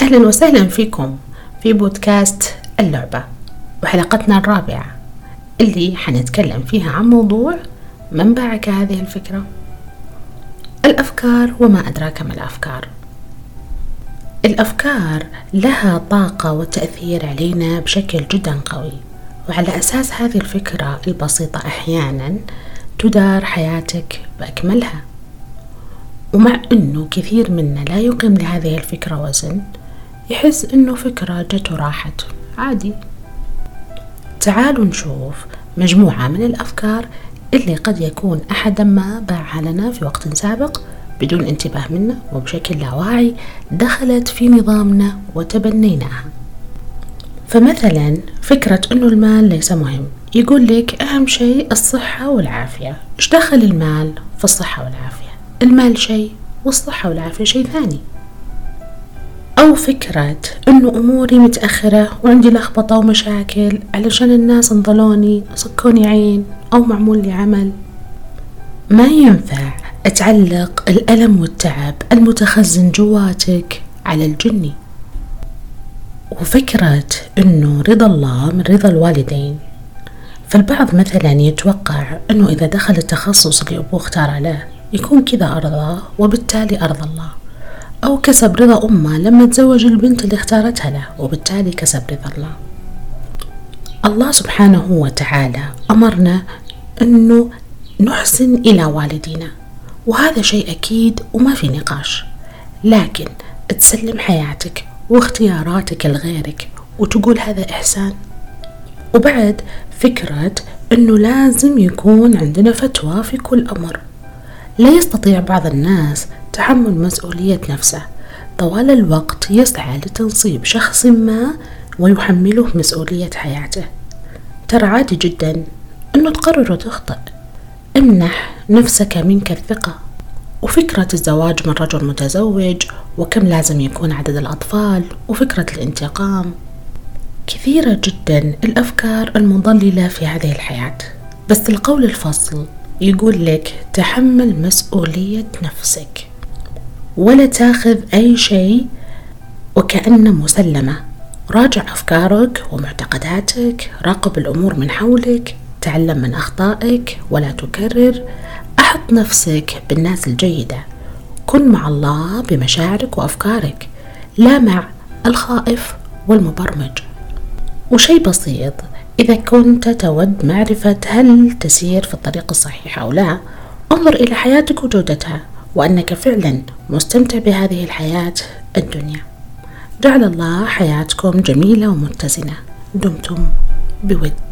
أهلا وسهلا فيكم في بودكاست اللعبة وحلقتنا الرابعة اللي حنتكلم فيها عن موضوع منبعك هذه الفكرة. الأفكار وما أدراك ما الأفكار. الأفكار لها طاقة وتأثير علينا بشكل جدا قوي، وعلى أساس هذه الفكرة البسيطة أحيانا تدار حياتك بأكملها. ومع أنه كثير منا لا يقيم لهذه الفكرة وزن، يحس أنه فكرة جت وراحت عادي. تعالوا نشوف مجموعة من الأفكار اللي قد يكون أحدا ما باعها لنا في وقت سابق بدون انتباه منا وبشكل لا واعي دخلت في نظامنا وتبنيناها. فمثلا فكرة أنه المال ليس مهم، يقول لك أهم شيء الصحة والعافية. إيش دخل المال في الصحة والعافية؟ المال شيء والصحة والعافية شيء ثاني. أو فكرة أنه أموري متأخرة وعندي لخبطة ومشاكل علشان الناس انظلوني صكوني عين أو معمول لي عمل. ما ينفع تعلق الألم والتعب المتخزن جواتك على الجني. وفكرة أنه رضا الله من رضا الوالدين. فالبعض مثلا يتوقع أنه إذا دخل التخصص اللي أبوه اختار له يكون كذا أرضاه وبالتالي أرضى الله، أو كسب رضا أمه لما تزوج البنت اللي اختارتها له وبالتالي كسب رضا الله. الله سبحانه وتعالى أمرنا أنه نحسن إلى والدينا، وهذا شيء أكيد وما في نقاش، لكن تسلم حياتك واختياراتك لغيرك وتقول هذا إحسان. وبعد فكرة أنه لازم يكون عندنا فتوى في كل أمر. لا يستطيع بعض الناس تحمل مسؤولية نفسه، طوال الوقت يسعى لتنصيب شخص ما ويحمله مسؤولية حياته. ترى عادي جدا أنه تقرر وتخطئ. امنح نفسك منك الثقة. وفكرة الزواج من رجل متزوج وكم لازم يكون عدد الأطفال، وفكرة الانتقام. كثيرة جدا الأفكار المضللة في هذه الحياة، بس القول الفصل يقول لك تحمل مسؤولية نفسك ولا تاخذ أي شيء وكأنه مسلمة. راجع أفكارك ومعتقداتك، راقب الأمور من حولك، تعلم من أخطائك ولا تكرر. أحط نفسك بالناس الجيدة، كن مع الله بمشاعرك وأفكارك، لا مع الخائف والمبرمج. وشيء بسيط، إذا كنت تود معرفة هل تسير في الطريق الصحيح أو لا، انظر إلى حياتك وجودتها وأنك فعلا مستمتع بهذه الحياة الدنيا. جعل الله حياتكم جميلة ومتزنة. دمتم بود.